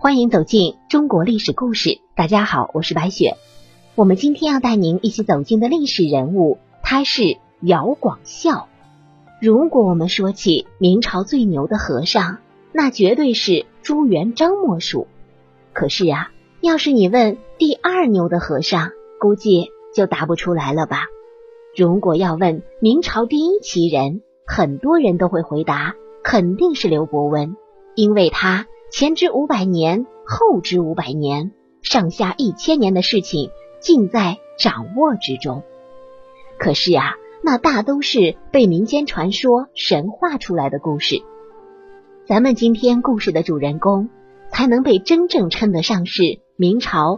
欢迎走进中国历史故事。大家好，我是白雪。我们今天要带您一起走进的历史人物，他是姚广孝。如果我们说起明朝最牛的和尚，那绝对是朱元璋莫属。可是啊，要是你问第二牛的和尚，估计就答不出来了吧。如果要问明朝第一奇人，很多人都会回答肯定是刘伯温，因为他前知500年，后知500年，上下1000年的事情尽在掌握之中。可是啊，那大都是被民间传说神话出来的故事。咱们今天故事的主人公才能被真正称得上是明朝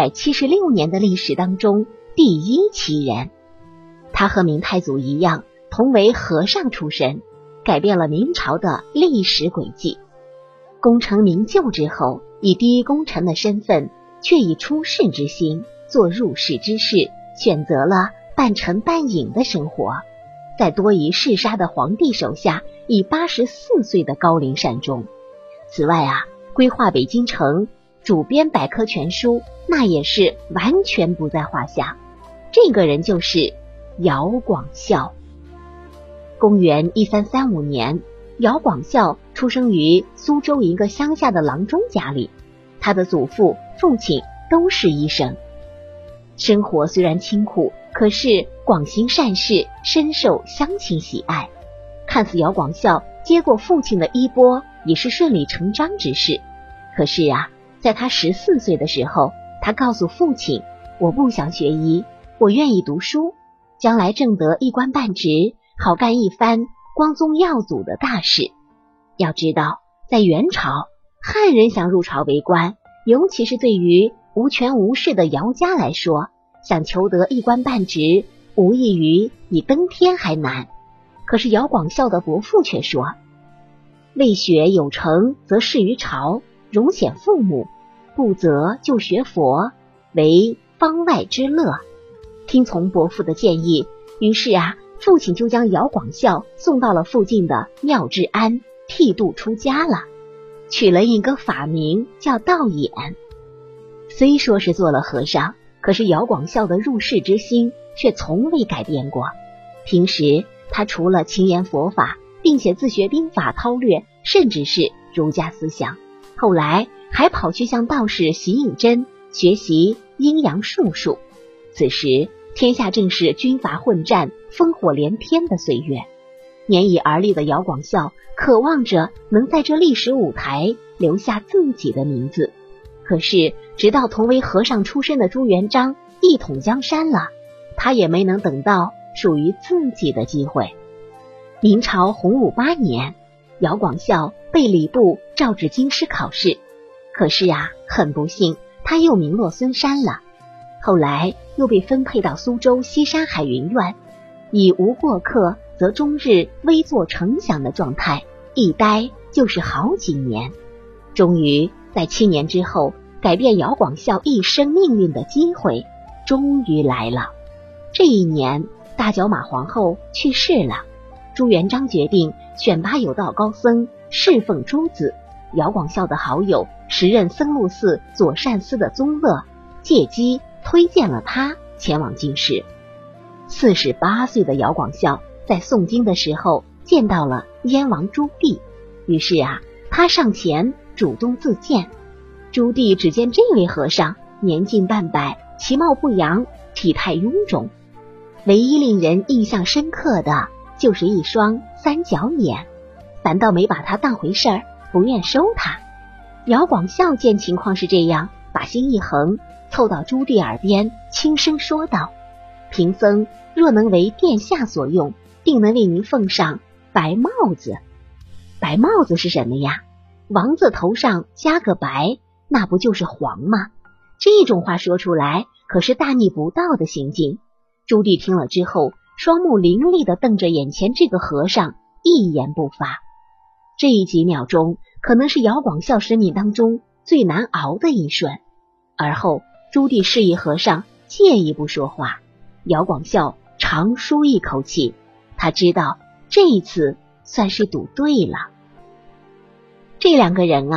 276年的历史当中第一奇人。他和明太祖一样，同为和尚出身，改变了明朝的历史轨迹。功成名就之后，以第一功臣的身份，却以出世之心做入世之事，选择了半沉半隐的生活，在多疑嗜杀的皇帝手下，以84岁的高龄善终。此外啊，规划北京城，主编百科全书，那也是完全不在话下。这个人就是姚广孝。公元1335年，姚广孝出生于苏州一个乡下的郎中家里，他的祖父、父亲都是医生。生活虽然清苦，可是广行善事，深受乡亲喜爱。看似姚广孝接过父亲的衣钵，也是顺理成章之事。可是啊，在他14岁的时候，他告诉父亲，我不想学医，我愿意读书，将来挣得一官半职，好干一番光宗耀祖的大事。要知道，在元朝，汉人想入朝为官，尤其是对于无权无势的姚家来说，想求得一官半职，无异于比登天还难。可是姚广孝的伯父却说，未学有成则仕于朝，荣显父母，不则就学佛，为方外之乐。听从伯父的建议，于是啊，父亲就将姚广孝送到了附近的妙智庵剃度出家了，取了一个法名叫道衍。虽说是做了和尚，可是姚广孝的入世之心却从未改变过。平时他除了勤研佛法，并且自学兵法韬略，甚至是儒家思想，后来还跑去向道士习应真学习阴阳术数。此时天下正是军阀混战，烽火连天的岁月。年已而立的姚广孝渴望着能在这历史舞台留下自己的名字。可是直到同为和尚出身的朱元璋一统江山了，他也没能等到属于自己的机会。明朝洪武8年，姚广孝被礼部召至京师考试，可是啊，很不幸，他又名落孙山了。后来又被分配到苏州西山海云院，以无过客则终日危坐丞相的状态，一待就是好几年。终于在7年之后，改变姚广孝一生命运的机会终于来了。这一年，大脚马皇后去世了，朱元璋决定选拔有道高僧侍奉诸子。姚广孝的好友，时任僧路寺左善司的宗乐，借机推荐了他前往京师。48岁的姚广孝在诵经的时候见到了燕王朱棣，于是啊，他上前主动自荐。朱棣只见这位和尚年近半百，其貌不扬，体态臃肿，唯一令人印象深刻的就是一双三角眼，反倒没把他当回事儿，不愿收他。姚广孝见情况是这样，把心一横，凑到朱棣耳边轻声说道，贫僧若能为殿下所用，定能为您奉上白帽子。白帽子是什么呀？王字头上加个白，那不就是黄吗？这种话说出来，可是大逆不道的行径。朱棣听了之后，双目凌厉地瞪着眼前这个和尚，一言不发。这几秒钟可能是姚广孝生命当中最难熬的一瞬。而后朱棣示意和尚借一步说话，姚广孝长舒一口气，他知道这一次算是赌对了。这两个人啊，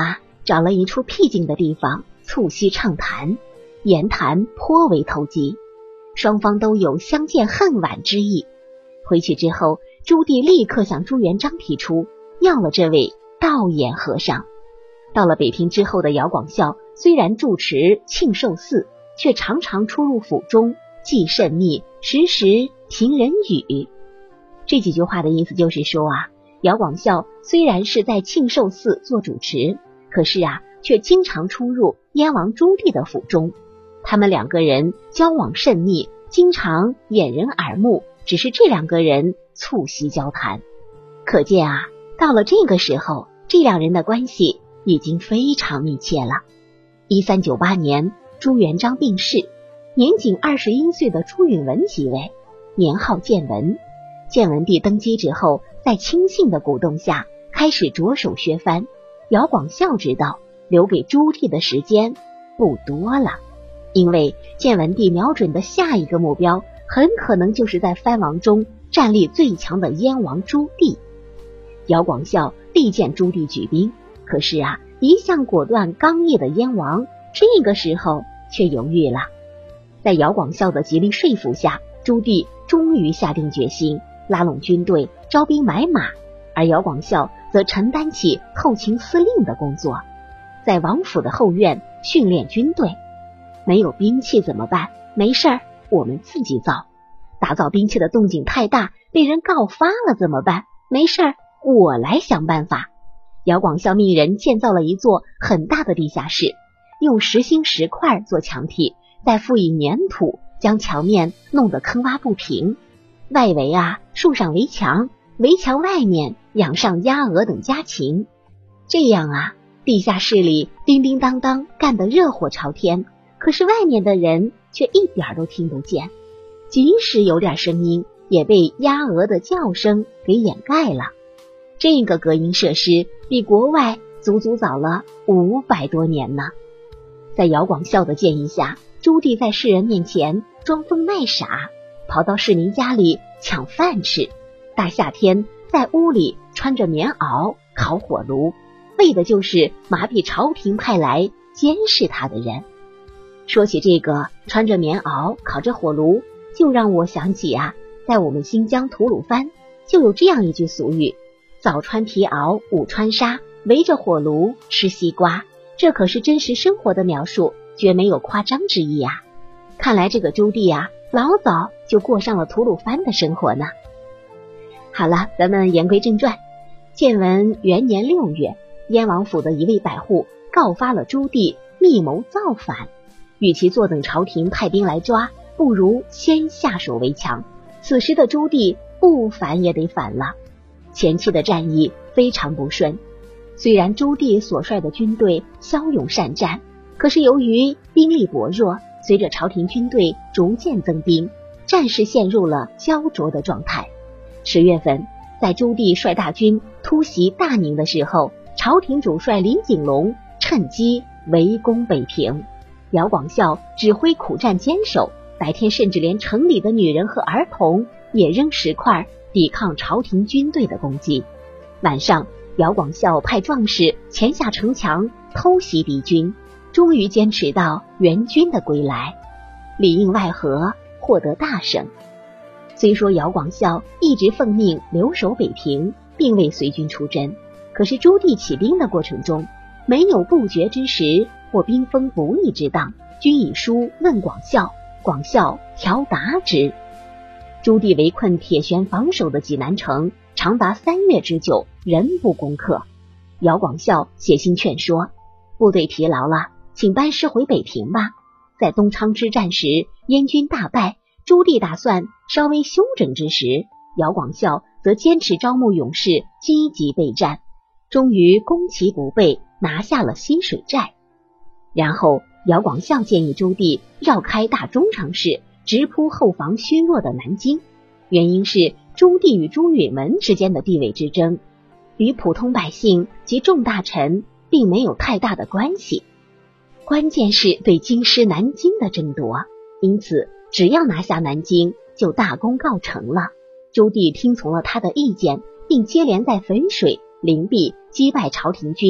找了一处僻静的地方促膝畅谈，言谈颇为投机，双方都有相见恨晚之意。回去之后，朱棣立刻向朱元璋提出要了这位道眼和尚。到了北平之后的姚广孝，虽然住持庆寿寺，却常常出入府中，忌甚密，时时听人语。这几句话的意思就是说姚广孝虽然是在庆寿寺做主持，可是却经常出入燕王朱棣的府中。他们两个人交往甚密，经常掩人耳目，只是这两个人促膝交谈。可见到了这个时候，这两人的关系已经非常密切了。1398年，朱元璋病逝，年仅21岁的朱允炆即位，年号建文。建文帝登基之后，在亲信的鼓动下，开始着手削藩。姚广孝知道留给朱棣的时间不多了，因为建文帝瞄准的下一个目标很可能就是在藩王中战力最强的燕王朱棣。姚广孝力荐朱棣举兵，可是一向果断刚毅的燕王这个时候却犹豫了。在姚广孝的极力说服下，朱棣终于下定决心拉拢军队，招兵买马，而姚广孝则承担起后勤司令的工作，在王府的后院训练军队。没有兵器怎么办？没事儿，我们自己造。打造兵器的动静太大，被人告发了怎么办？没事儿，我来想办法。姚广孝命人建造了一座很大的地下室，用实心石块做墙体，再附以粘土，将墙面弄得坑洼不平。外围竖上围墙，围墙外面养上鸭鹅等家禽。这样地下室里叮叮当当干得热火朝天，可是外面的人却一点都听不见，即使有点声音，也被鸭鹅的叫声给掩盖了。这个隔音设施比国外足足早了500多年呢。在姚广孝的建议下，朱棣在世人面前装疯卖傻，跑到市民家里抢饭吃。大夏天在屋里穿着棉袄烤火炉，为的就是麻痹朝廷派来监视他的人。说起这个穿着棉袄烤着火炉，就让我想起在我们新疆吐鲁番就有这样一句俗语：早穿皮袄午穿纱，围着火炉吃西瓜。这可是真实生活的描述，绝没有夸张之意看来这个朱棣老早就过上了吐鲁番的生活呢。好了，咱们言归正传。建文元年6月，燕王府的一位百户告发了朱棣密谋造反，与其坐等朝廷派兵来抓，不如先下手为强。此时的朱棣不反也得反了。前期的战役非常不顺，虽然朱棣所率的军队骁勇善战，可是由于兵力薄弱，随着朝廷军队逐渐增兵，战事陷入了焦灼的状态。10月份，在朱棣率大军突袭大宁的时候，朝廷主帅林景龙趁机围攻北平。姚广孝指挥苦战坚守，白天甚至连城里的女人和儿童也扔石块抵抗朝廷军队的攻击。晚上，姚广孝派壮士潜下城墙偷袭敌军，终于坚持到援军的归来，里应外合，获得大胜。虽说姚广孝一直奉命留守北平，并未随军出征，可是朱棣起兵的过程中，没有不决之时或兵锋不利之当，均以书问广孝，广孝调答之。朱棣围困铁悬防守的济南城长达3月之久，仍不攻克。姚广孝写信劝说，部队疲劳了，请班师回北平吧。在东昌之战时，燕军大败，朱棣打算稍微休整之时，姚广孝则坚持招募勇士，积极备战，终于攻其不备，拿下了西水寨。然后姚广孝建议朱棣绕开大中常侍，直扑后防虚弱的南京。原因是朱棣与朱允炆之间的地位之争，与普通百姓及众大臣并没有太大的关系，关键是对京师南京的争夺，因此只要拿下南京就大功告成了。朱棣听从了他的意见，并接连在淝水、灵璧击败朝廷军，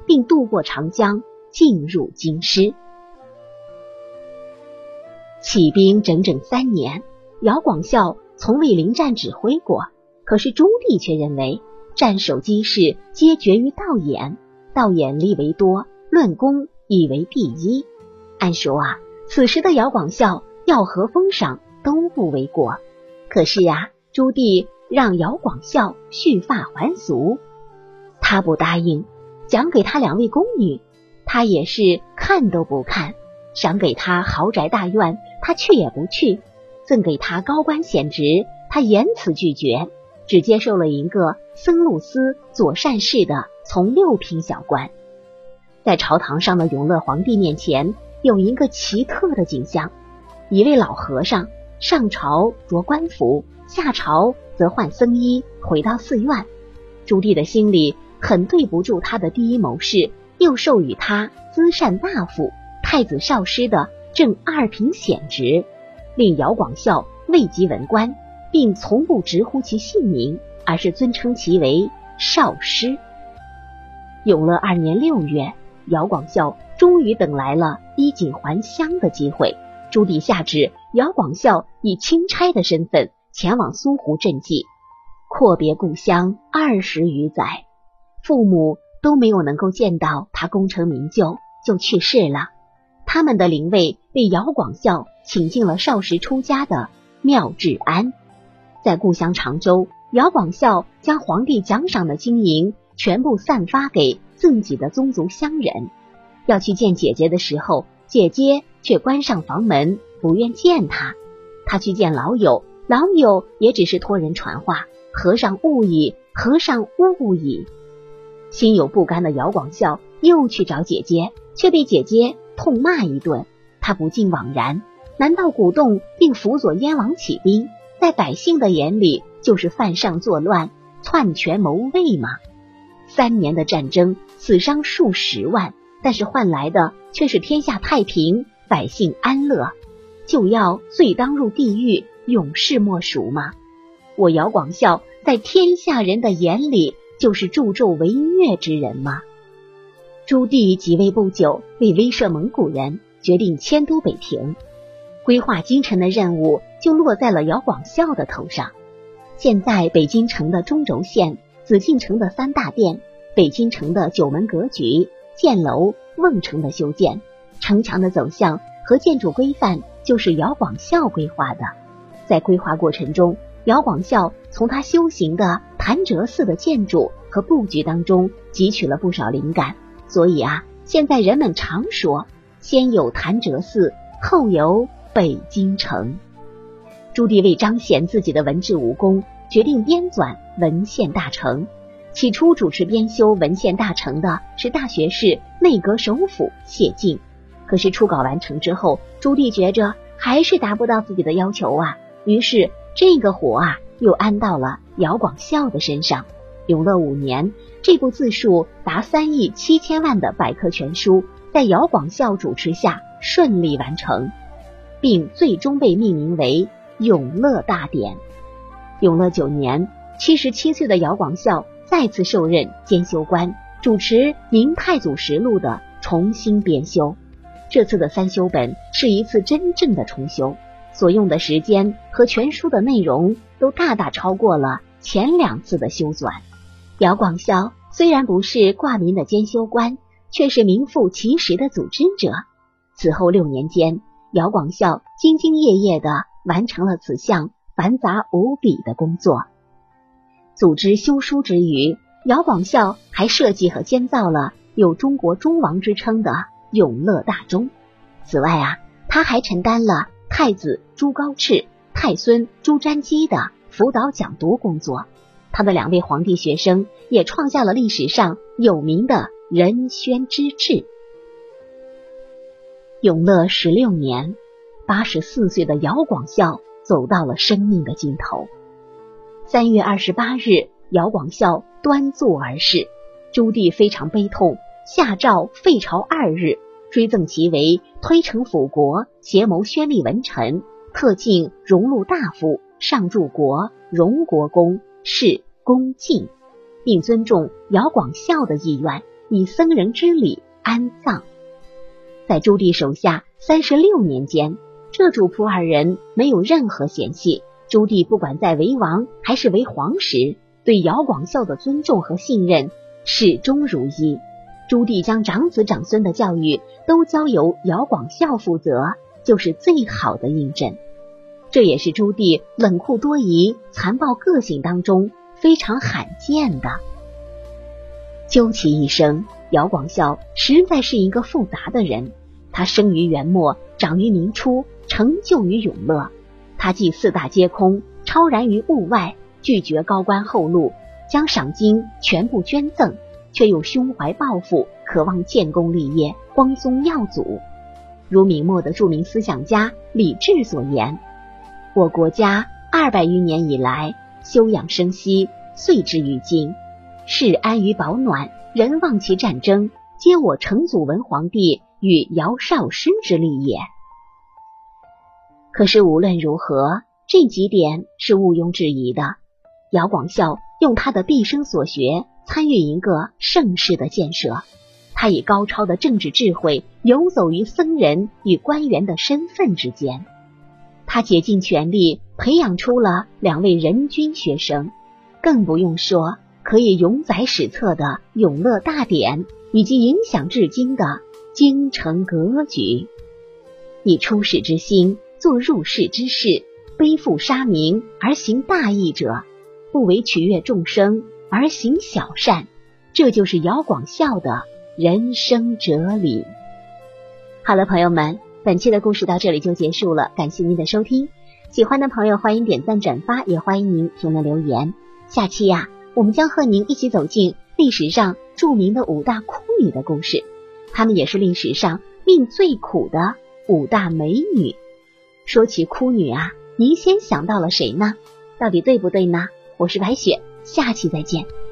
并渡过长江，进入京师。起兵整整3年，姚广孝从未临战指挥过，可是朱棣却认为战守机事皆决于道眼，道眼力为多，论功以为第一。按说啊，此时的姚广孝要和封赏都不为过。可是呀，朱棣让姚广孝蓄发还俗，他不答应，奖给他2位宫女，他也是看都不看；赏给他豪宅大院，他去也不去；赠给他高官显职，他严词拒绝，只接受了一个僧路司左善事的从6品小官。在朝堂上的永乐皇帝面前，有一个奇特的景象：一位老和尚上朝着官服，下朝则换僧衣，回到寺院。朱棣的心里很对不住他的第一谋士，又授予他资善大夫、太子少师的正2品显职，令姚广孝位极文官，并从不直呼其姓名，而是尊称其为少师。永乐2年6月，姚广孝终于等来了衣锦还乡的机会。朱棣下旨，姚广孝以钦差的身份前往苏湖赈济。阔别故乡20余载，父母都没有能够见到他功成名就，就去世了。他们的灵位被姚广孝请进了少时出家的庙志庵。在故乡常州，姚广孝将皇帝奖赏的金银全部散发给自己的宗族乡人。要去见姐姐的时候，姐姐却关上房门，不愿见他。他去见老友，老友也只是托人传话：和尚勿矣，和尚勿矣。心有不甘的姚广孝又去找姐姐，却被姐姐痛骂一顿。他不禁惘然，难道鼓动并辅佐燕王起兵，在百姓的眼里就是犯上作乱、篡权谋位吗？3年的战争，死伤数10万，但是换来的却是天下太平，百姓安乐，就要罪当入地狱，永世莫赎吗？我姚广孝在天下人的眼里就是助纣为虐之人吗？朱棣即位不久，为威慑蒙古人，决定迁都北庭，规划京城的任务就落在了姚广孝的头上。现在北京城的中轴线、紫禁城的3大殿、北京城的9门格局、箭楼、瓮城的修建，城墙的走向和建筑规范就是姚广孝规划的。在规划过程中，姚广孝从他修行的潭柘寺的建筑和布局当中汲取了不少灵感，所以现在人们常说先有潭柘寺，后有北京城。朱棣为彰显自己的文治武功，决定编纂文献大成。起初主持编修文献大成的是大学士、内阁首辅谢晋，可是初稿完成之后，朱棣觉着还是达不到自己的要求于是这个活又安到了姚广孝的身上。永乐5年，这部字数达3亿7千万的百科全书在姚广孝主持下顺利完成，并最终被命名为永乐大典。永乐9年，77岁的姚广孝再次受任监修官，主持《明太祖实录》的重新编修。这次的3修本是一次真正的重修，所用的时间和全书的内容都大大超过了前2次的修纂。姚广孝虽然不是挂名的监修官，却是名副其实的组织者。此后6年间，姚广孝兢兢业业地完成了此项繁杂无比的工作。组织修书之余，姚广孝还设计和监造了有中国忠王之称的永乐大钟。此外他还承担了太子朱高炽、太孙朱瞻基的辅导讲读工作。他的2位皇帝学生也创下了历史上有名的仁宣之治。永乐16年，84岁的姚广孝走到了生命的尽头。3月28日，姚广孝端坐而逝，朱棣非常悲痛，下诏废朝2日，追赠其为推诚辅国、协谋宣吏文臣，特进荣禄大夫、上柱国、荣国公，谥恭敬，并尊重姚广孝的意愿， 以僧人之礼安葬。在朱棣手下36年间，这主仆二人没有任何嫌隙。朱棣不管在为王还是为皇时，对姚广孝的尊重和信任始终如一。朱棣将长子长孙的教育都交由姚广孝负责，就是最好的印证。这也是朱棣冷酷多疑、残暴个性当中非常罕见的。究其一生，姚广孝实在是一个复杂的人。他生于元末，长于明初，成就于永乐。他既四大皆空，超然于物外，拒绝高官厚禄，将赏金全部捐赠，却又胸怀抱负，渴望建功立业，光宗耀祖。如明末的著名思想家李治所言，我国家200余年以来，休养生息，遂至于今，世安于保暖，人忘其战争，皆我成祖文皇帝与姚少师之力也。可是无论如何，这几点是毋庸置疑的。姚广孝用他的毕生所学参与一个盛世的建设，他以高超的政治智慧游走于僧人与官员的身份之间，他竭尽全力培养出了2位人均学生，更不用说可以永载史册的《永乐大典》以及影响至今的《京城格局》。以出世之心做入世之事，背负沙名而行大义者，不为取悦众生而行小善，这就是姚广孝的人生哲理。好了，朋友们，本期的故事到这里就结束了，感谢您的收听。喜欢的朋友欢迎点赞转发，也欢迎您评论留言。下期我们将和您一起走进历史上著名的5大哭女的故事，她们也是历史上命最苦的5大美女。说起哭女您先想到了谁呢？到底对不对呢？我是白雪，下期再见。